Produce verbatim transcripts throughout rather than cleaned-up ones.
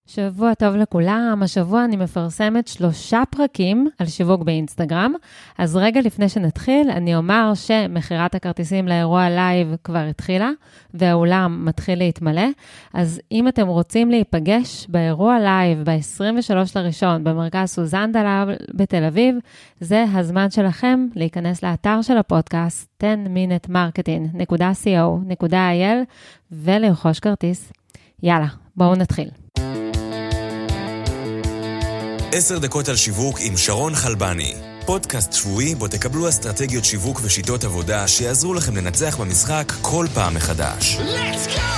שבוע טוב לכולם, השבוע אני מפרסמת שלושה פרקים על שיווק באינסטגרם, אז רגע לפני שנתחיל, אני אומר שמחירת הכרטיסים לאירוע לייב כבר התחילה, והאולם מתחיל להתמלא, אז אם אתם רוצים להיפגש באירוע לייב ב-עשרים ושלושה לראשון במרכז סוזן דלאל בתל אביב, זה הזמן שלכם להיכנס לאתר של הפודקאסט עשר מינט מרקטינג נקודה קו נקודה איי אל ולרכוש כרטיס. יאללה, בואו נתחיל. עשר דקות על שיווק עם שרון חלבני. פודקאסט שבועי בו תקבלו אסטרטגיות שיווק ושיטות עבודה שיעזרו לכם לנצח במשחק כל פעם מחדש. Let's go!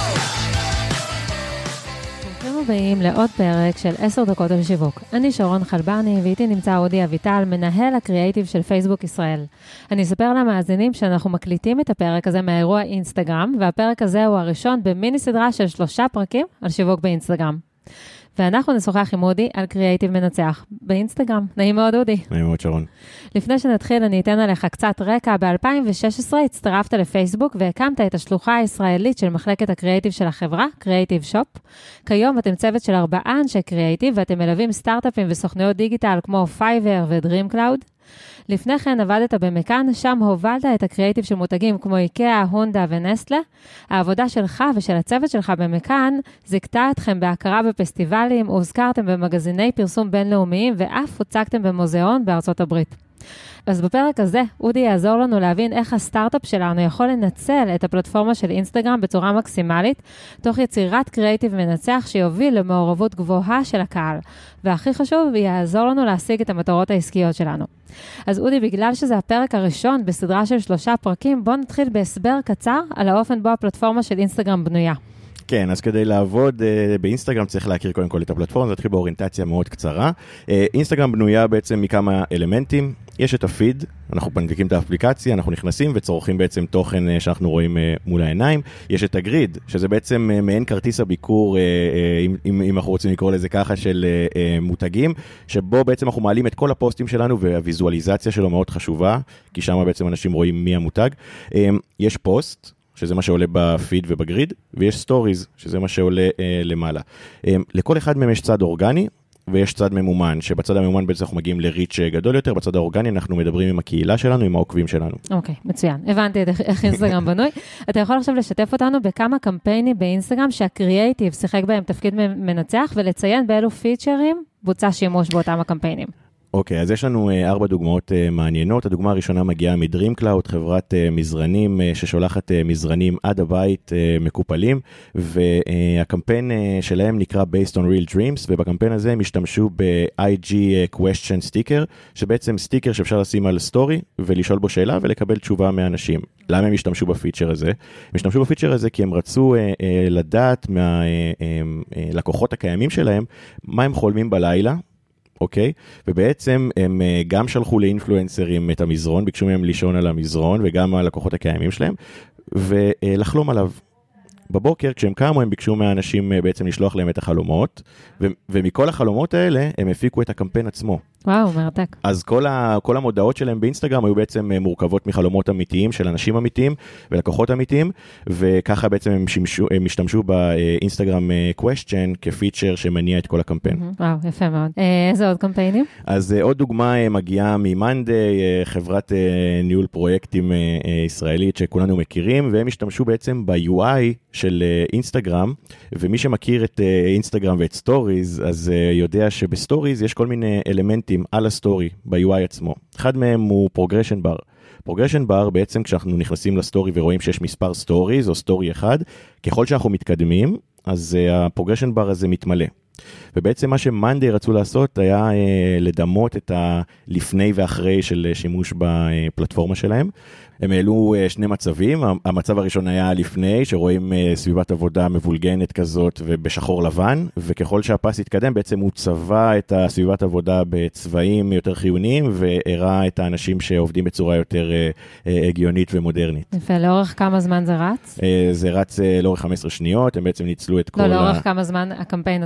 ברוכים הבאים לעוד פרק של עשר דקות על שיווק. אני שרון חלבני ואיתי נמצא אודי אביטל, מנהל הקריאייטיב של פייסבוק ישראל. אני אספר למאזינים שאנחנו מקליטים את הפרק הזה מהאירוע אינסטגרם, והפרק הזה הוא הראשון במיני סדרה של שלושה פרקים על שיווק באינסטגרם. ואנחנו נשוחח עם אודי על קריאייטיב מנצח באינסטגרם. נעים מאוד אודי. נעים מאוד שרון. לפני שנתחיל אני אתן עליך קצת רקע. ב-אלפיים ושש עשרה הצטרפת לפייסבוק והקמת את השלוחה הישראלית של מחלקת הקריאייטיב של החברה, קריאייטיב שופ. כיום אתם צוות של ארבעה אנשי קריאייטיב ואתם מלווים סטארט-אפים וסוכנויות דיגיטל כמו פייבר ודרים קלאוד. לפני כן עבדת במקאן, שם הובלת את הקריאייטיב של מותגים כמו איקאה, הונדה ונסטלה. העבודה שלך ושל הצוות שלך במקאן זיכתה אתכם בהכרה בפסטיבלים, הוזכרתם במגזיני פרסום בינלאומיים ואף הוצגתם במוזיאון בארצות הברית. אז בפרק הזה, אודי יעזור לנו להבין איך הסטארט-אפ שלנו יכול לנצל את הפלטפורמה של אינסטגרם בצורה מקסימלית, תוך יצירת קריאייטיב מנצח שיוביל למעורבות גבוהה של הקהל. והכי חשוב, יעזור לנו להשיג את המטרות העסקיות שלנו. אז אודי, בגלל שזה הפרק הראשון בסדרה של שלושה פרקים, בוא נתחיל בהסבר קצר על האופן בו הפלטפורמה של אינסטגרם בנויה. כן, אז כדי לעבוד uh, באינסטגרם צריך להכיר קודם כל את הפלטפורמה, זה התחיל באוריינטציה מאוד קצרה. Uh, אינסטגרם בנויה בעצם מכמה אלמנטים, יש את הפיד, אנחנו מנפיקים את האפליקציה, אנחנו נכנסים וצורכים בעצם תוכן uh, שאנחנו רואים uh, מול העיניים, יש את הגריד, שזה בעצם uh, מעין כרטיס הביקור, uh, uh, אם, אם, אם אנחנו רוצים לקרוא לזה ככה, של uh, uh, מותגים, שבו בעצם אנחנו מעלים את כל הפוסטים שלנו, והוויזואליזציה שלו מאוד חשובה, כי שם בעצם אנשים רואים מי המותג. Uh, יש פוסט, שזה מה שעולה בפיד ובגריד, ויש סטוריז, שזה מה שעולה אה, למעלה. אה, לכל אחד מהם יש צד אורגני, ויש צד ממומן, שבצד הממומן בעצם אנחנו מגיעים לריץ' גדול יותר, בצד האורגני אנחנו מדברים עם הקהילה שלנו, עם העוקבים שלנו. אוקיי, מצוין. הבנתי איך אינסטגרם בנוי. אתה יכול עכשיו לשתף אותנו בכמה קמפיינים באינסטגרם שהקריאייטיב שיחק בהם תפקיד מנצח, ולציין באילו פיצ'רים בוצע שימוש באותם הקמפיינים. אוקיי, אז יש לנו uh, ארבע דוגמאות uh, מעניינות. הדוגמה הראשונה מגיעה מדרים קלאוד, חברת uh, מזרנים uh, ששולחת uh, מזרנים עד הבית uh, מקופלים, והקמפיין uh, שלהם נקרא Based on Real Dreams, ובקמפיין הזה הם השתמשו ב-איי ג'י Question Sticker, שבעצם סטיקר שאפשר לשים על סטורי ולשאול בו שאלה ולקבל תשובה מאנשים. למה הם השתמשו בפיצ'ר הזה? הם השתמשו בפיצ'ר הזה כי הם רצו uh, uh, לדעת מהלקוחות uh, uh, הקיימים שלהם, מה הם חולמים בלילה, אוקיי? ובעצם הם גם שלחו לאינפלואנסרים את המזרון, ביקשו מהם לישון על המזרון, וגם הלקוחות הקיימים שלהם, ולחלום עליו. בבוקר, כשהם קמו, הם ביקשו מהאנשים בעצם לשלוח להם את החלומות, ו- ומכל החלומות האלה, הם הפיקו את הקמפיין עצמו. וואו, מרתק. אז כל, ה- כל המודעות שלהם באינסטגרם היו בעצם מורכבות מחלומות אמיתיים, של אנשים אמיתיים ולקוחות אמיתיים, וככה בעצם הם, שימשו, הם השתמשו באינסטגרם question כפיצ'ר שמניע את כל הקמפיין. וואו, יפה מאוד. איזה עוד קמפיינים? אז עוד דוגמה מגיעה ממנדי, חברת ניהול פרויקטים ישראלית שכולנו מכירים, והם השתמשו בעצם ב-יו איי של אינסטגרם, ומי שמכיר את אינסטגרם ואת סטוריז, אז יודע שבסטוריז יש כל מיני אלמנטים על הסטורי ב-יו איי עצמו. אחד מהם הוא פרוגרשן בר. פרוגרשן בר בעצם כשאנחנו נכנסים לסטורי ורואים שיש מספר סטוריז או סטורי אחד, ככל שאנחנו מתקדמים, אז הפרוגרשן בר הזה מתמלא. ובעצם מה שמנדי רצו לעשות היה לדמות את הלפני ואחרי של שימוש בפלטפורמה שלהם. הם העלו שני מצבים, המצב הראשון היה לפני, שרואים סביבת עבודה מבולגנת כזאת ובשחור לבן, וככל שהפס התקדם בעצם הוא צבע את הסביבת עבודה בצבעים יותר חיוניים, והראה את האנשים שעובדים בצורה יותר הגיונית ומודרנית. יפה, לאורך כמה זמן זה רץ? זה רץ לאורך חמש עשרה שניות, הם בעצם ניצלו את כל... לא, לאורך כמה זמן הקמפיין עצמו רץ?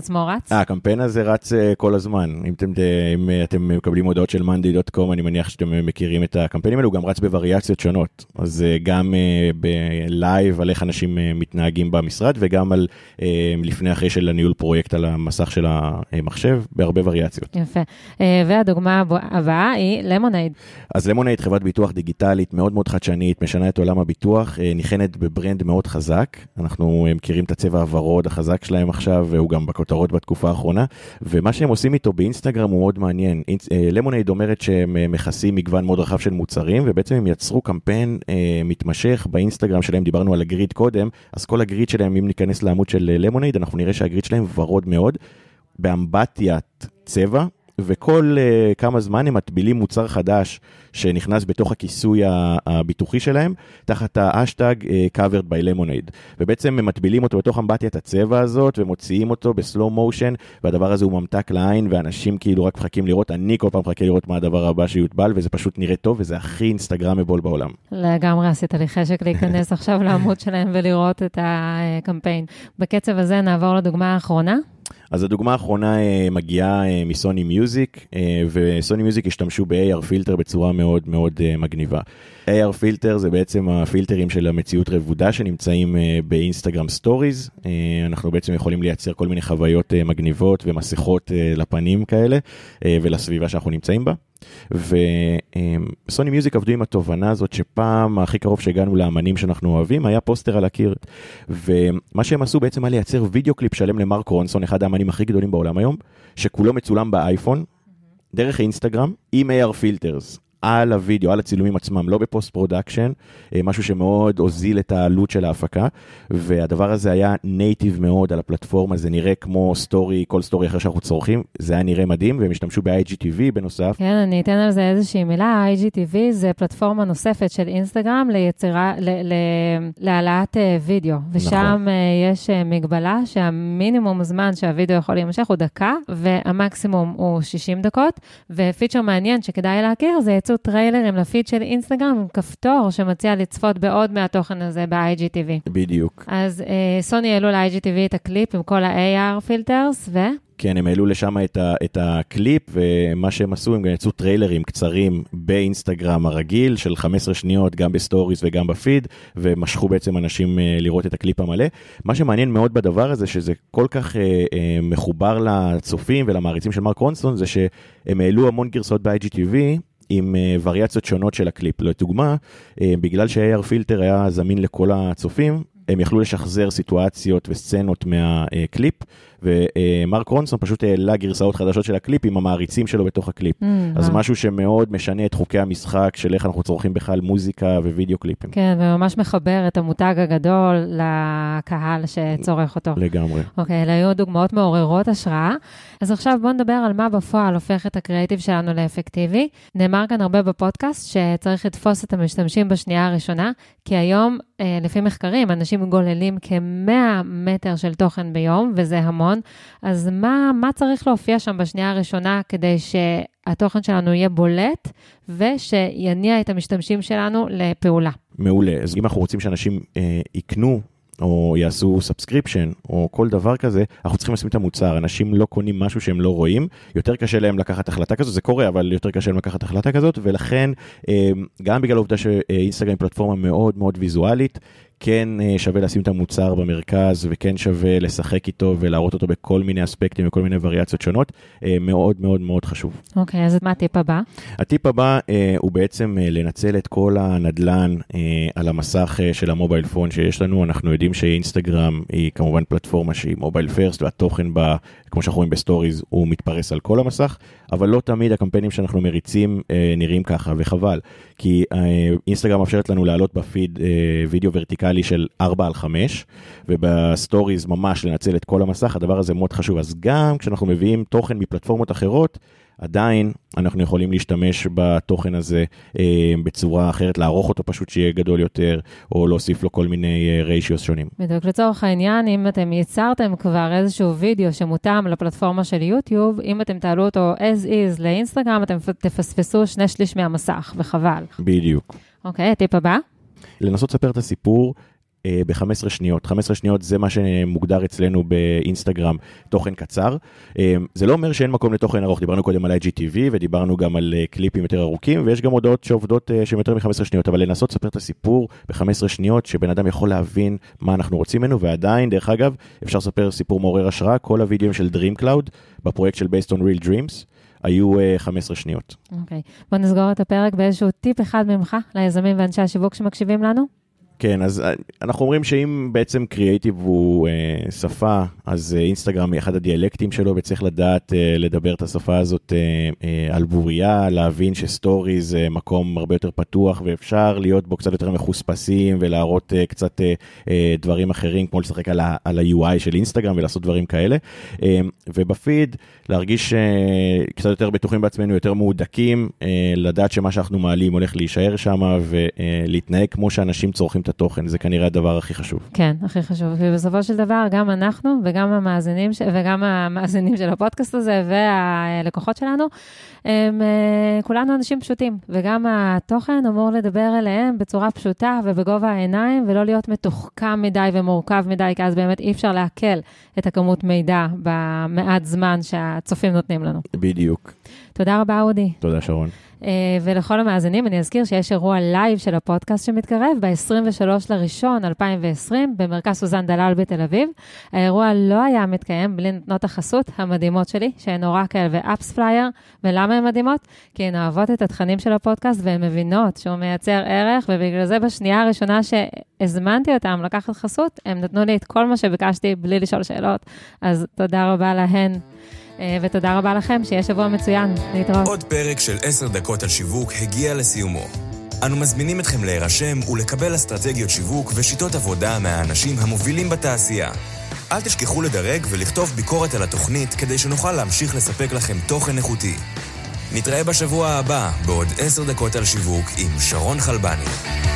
רץ? אה, הקמפיין הזה רץ כל הזמן. אם אתם, אם אתם מקבלים הודעות של מאנדי דוט קום, אני מניח שאתם מכירים את הקמפיינים האלו, הוא גם רץ בווריאציות שונות. אז גם בלייב על איך אנשים מתנהגים במשרד, וגם על לפני אחרי של הניהול פרויקט על המסך של המחשב, בהרבה וריאציות. יפה. והדוגמה הבאה היא למונייד. אז למונייד, חברת ביטוח דיגיטלית מאוד מאוד חדשנית, משנה את עולם הביטוח, ניחנת בברנד מאוד חזק. אנחנו מכירים את הצבע הוורוד החזק שלהם עכשיו, והוא גם בכותרות בתקופה האחרונה, ומה שהם עושים איתו באינסטגרם הוא מאוד מעניין. למונייד אומרת שהם מכסים מגוון מאוד רחב של מוצרים, ובעצם הם יצרו קמפיין מתמשך באינסטגרם שלהם, דיברנו על הגריד קודם, אז כל הגריד שלהם, אם ניכנס לעמוד של למונייד, אנחנו נראה שהגריד שלהם ורוד מאוד, באמבטיית צבע, וכל uh, כמה זמן הם מטבילים מוצר חדש שנכנס בתוך הכיסוי הביטוחי שלהם, תחת האשטג uh, covered by lemonade. ובעצם הם מטבילים אותו בתוך אמבטיית הצבע הזאת, ומוציאים אותו בסלו מושן, והדבר הזה הוא ממתק לעין, ואנשים כאילו רק מחכים לראות, אני כל פעם מחכה לראות מה הדבר הבא שיוטבל, וזה פשוט נראה טוב, וזה הכי אינסטגרמבול בעולם. לגמרי עשית לי חשק להיכנס עכשיו לעמוד שלהם ולראות את הקמפיין. בקצב הזה נעבור לדוגמה האחרונה. אז הדוגמה האחרונה מגיעה מסוני מיוזיק, וסוני מיוזיק השתמשו ב-איי אר פילטר בצורה מאוד מאוד מגניבה. איי אר פילטר זה בעצם הפילטרים של המציאות רבודה שנמצאים באינסטגרם סטוריז. אנחנו בעצם יכולים לייצר כל מיני חוויות מגניבות ומסכות לפנים כאלה, ולסביבה שאנחנו נמצאים בה. וסוני מיוזיק עבדו עם התובנה הזאת שפעם הכי קרוב שהגענו לאמנים שאנחנו אוהבים היה פוסטר על הקיר, ומה שהם עשו בעצם היה לייצר וידאו קליפ שלם למרק רונסון, אחד האמנים הכי גדולים בעולם היום, שכולו מצולם באייפון דרך האינסטגרם עם איי אר פילטרס על הוידאו, על הצילומים עצמם, לא בפוסט פרודקשן, משהו שמאוד הוזיל את העלות של ההפקה, והדבר הזה היה נייטיב מאוד על הפלטפורמה, זה נראה כמו סטורי, כל סטורי אחר שאנחנו צורכים, זה היה נראה מדהים, והם השתמשו ב-איי ג'י טי וי בנוסף. כן, אני אתן על זה איזושהי מילה, איי ג'י טי וי זה פלטפורמה נוספת של אינסטגרם ליצירה, ל- ל- להעלאת וידאו, ושם נכון. יש מגבלה שהמינימום זמן שהוידאו יכול להימשך הוא דקה, והמקסימום הוא שישים דקות, ופיצ'ר מעניין שכדאי להכיר, זה יצאו טריילרים לפיד של אינסטגרם עם כפתור שמציע לצפות בעוד מהתוכן הזה ב-איי ג'י טי וי. בדיוק. אז אה, סוני העלו ל-איי ג'י טי וי את הקליפ עם כל ה-איי אר פילטרס ו... כן, הם העלו לשם את, ה, את הקליפ, ומה שהם עשו, הם גם יצאו טריילרים קצרים באינסטגרם הרגיל, של חמש עשרה שניות, גם בסטוריס וגם בפיד, ומשכו בעצם אנשים לראות את הקליפ המלא. מה שמעניין מאוד בדבר הזה, שזה כל כך אה, אה, מחובר לצופים ולמעריצים של מרק רונסון, זה שהם העלו המון גרסאות ב-איי ג'י טי וי, עם uh, וריאציות שונות של הקליפ. לדוגמה, uh, בגלל שה-איי אר פילטר היה זמין לכל הצופים, הם יכלו לשחזר סיטואציות וסצנות מהקליפ, ומרק רונסון פשוט העלה גרסאות חדשות של הקליפ עם המעריצים שלו בתוך הקליפ. אז משהו שמאוד משנה את חוקי המשחק של איך אנחנו צורכים בכלל מוזיקה ווידאו קליפים. כן, וממש מחבר את המותג הגדול לקהל שצורך אותו. לגמרי. אוקיי, אלה היו דוגמאות מעוררות השראה. אז עכשיו בואו נדבר על מה בפועל הופך את הקריאטיב שלנו לאפקטיבי. נאמר כאן הרבה בפודקאסט שצריך לתפוס את המשתמשים בשנייה הראשונה, כי היום, לפי מחקרים, אנשים גוללים כ-מאה מטר של תוכן ביום, וזה המון. אז מה, מה צריך להופיע שם בשנייה הראשונה כדי שהתוכן שלנו יהיה בולט, ושיניע את המשתמשים שלנו לפעולה? מעולה. אז אם אנחנו רוצים שאנשים אה, יקנו, או יעשו סאבסקריפשן, או כל דבר כזה, אנחנו צריכים לשים את המוצר. אנשים לא קונים משהו שהם לא רואים, יותר קשה להם לקחת החלטה כזאת, זה קורה, אבל יותר קשה להם לקחת החלטה כזאת, ולכן, גם בגלל העובדה שאינסטגרם היא פלטפורמה מאוד מאוד ויזואלית, כן שווה לשים את המוצר במרכז, וכן שווה לשחק איתו ולהראות אותו בכל מיני אספקטים וכל מיני וריאציות שונות, מאוד מאוד מאוד חשוב. אוקיי, אז מה הטיפ הבא? הטיפ הבא הוא בעצם לנצל את כל הנדלן על המסך של המובייל פון שיש לנו. אנחנו יודעים שאינסטגרם היא כמובן פלטפורמה שהיא מובייל פרסט, והתוכן בה, כמו שאנחנו רואים בסטוריז, הוא מתפרס על כל המסך, אבל לא תמיד הקמפיינים שאנחנו מריצים נראים ככה, וחבל, כי אינסטגרם מאפשרת לנו לעלות בפיד וידאו ורטיקלי של ארבע על חמש, ובסטוריז ממש לנצל את כל המסך. הדבר הזה מאוד חשוב. אז גם כשאנחנו מביאים תוכן מפלטפורמות אחרות, עדיין אנחנו יכולים להשתמש בתוכן הזה אה, בצורה אחרת, לערוך אותו פשוט שיהיה גדול יותר, או להוסיף לו כל מיני אה, ריישיוס שונים. בדיוק, לצורך העניין, אם אתם יצרתם כבר איזשהו וידאו שמותאם לפלטפורמה של יוטיוב, אם אתם תעלו אותו as is לאינסטגרם, אתם תפספסו שני שליש מהמסך, וחבל. בדיוק. אוקיי, הטיפ הבא? לנסות לספר את הסיפור ב-חמש עשרה שניות. חמש עשרה שניות זה מה שמוגדר אצלנו באינסטגרם, תוכן קצר. זה לא אומר שאין מקום לתוכן ארוך, דיברנו קודם על איי ג'י טי וי, ודיברנו גם על קליפים יותר ארוכים, ויש גם הודעות שעובדות שהן יותר מ-חמש עשרה שניות, אבל לנסות לספר את הסיפור ב-חמש עשרה שניות, שבן אדם יכול להבין מה אנחנו רוצים ממנו, ועדיין, דרך אגב, אפשר לספר סיפור מעורר השראה, כל הווידאוים של Dream Cloud, בפרויקט של Based on Real Dreams, היו חמש עשרה שניות. אוקיי. בוא נסגור את הפרק באיזשהו טיפ אחד ממך, ליזמים ואנשי השיווק שמקשיבים לנו. כן, אז אנחנו אומרים שאם בעצם קריאייטיב הוא אה, שפה, אז אינסטגרם היא אחד הדיאלקטים שלו, וצריך לדעת אה, לדבר את השפה הזאת אה, אה, על בוריה, להבין שסטורי זה מקום הרבה יותר פתוח, ואפשר להיות בו קצת יותר מחוספסים, ולהראות אה, קצת אה, אה, דברים אחרים, כמו לשחק על, ה- על ה-יו איי של אינסטגרם, ולעשות דברים כאלה. אה, ובפיד, להרגיש אה, קצת יותר בטוחים בעצמנו, יותר מעודקים, אה, לדעת שמה שאנחנו מעלים הולך להישאר שם, ולהתנהג כמו שאנשים צורכים את התוכן, זה כנראה הדבר הכי חשוב. כן, הכי חשוב. ובסופו של דבר, גם אנחנו וגם המאזינים, וגם המאזינים של הפודקאסט הזה והלקוחות שלנו, הם כולנו אנשים פשוטים, וגם התוכן אמור לדבר אליהם בצורה פשוטה ובגובה העיניים, ולא להיות מתוחכם מדי ומורכב מדי, כי אז באמת אי אפשר להקל את הכמות מידע במעט זמן שהצופים נותנים לנו. בדיוק. תודה רבה, אודי. תודה, שרון. ולכל המאזינים, אני אזכיר שיש אירוע לייב של הפודקאסט שמתקרב ב-עשרים ושלושה לראשון אלפיים ועשרים במרכז סוזן דלל בתל אביב. האירוע לא היה מתקיים בלי נותנות החסות המדהימות שלי, שהן אורקל ואפס פלייר. ולמה הן מדהימות? כי הן אוהבות את התכנים של הפודקאסט והן מבינות שהוא מייצר ערך, ובגלל זה בשנייה הראשונה שהזמנתי אותם לקחת חסות, הם נתנו לי את כל מה שביקשתי בלי לשאול שאלות. אז תודה רבה להן. ותודה רבה לכם, שיהיה שבוע מצוין. להתראות. עוד פרק של עשר דקות על שיווק הגיע לסיומו. אנו מזמינים אתכם להירשם ולקבל אסטרטגיות שיווק ושיטות עבודה מהאנשים המובילים בתעשייה. אל תשכחו לדרג ולכתוב ביקורת על התוכנית כדי שנוכל להמשיך לספק לכם תוכן איכותי. נתראה בשבוע הבא בעוד עשר דקות על שיווק עם שרון חלבני.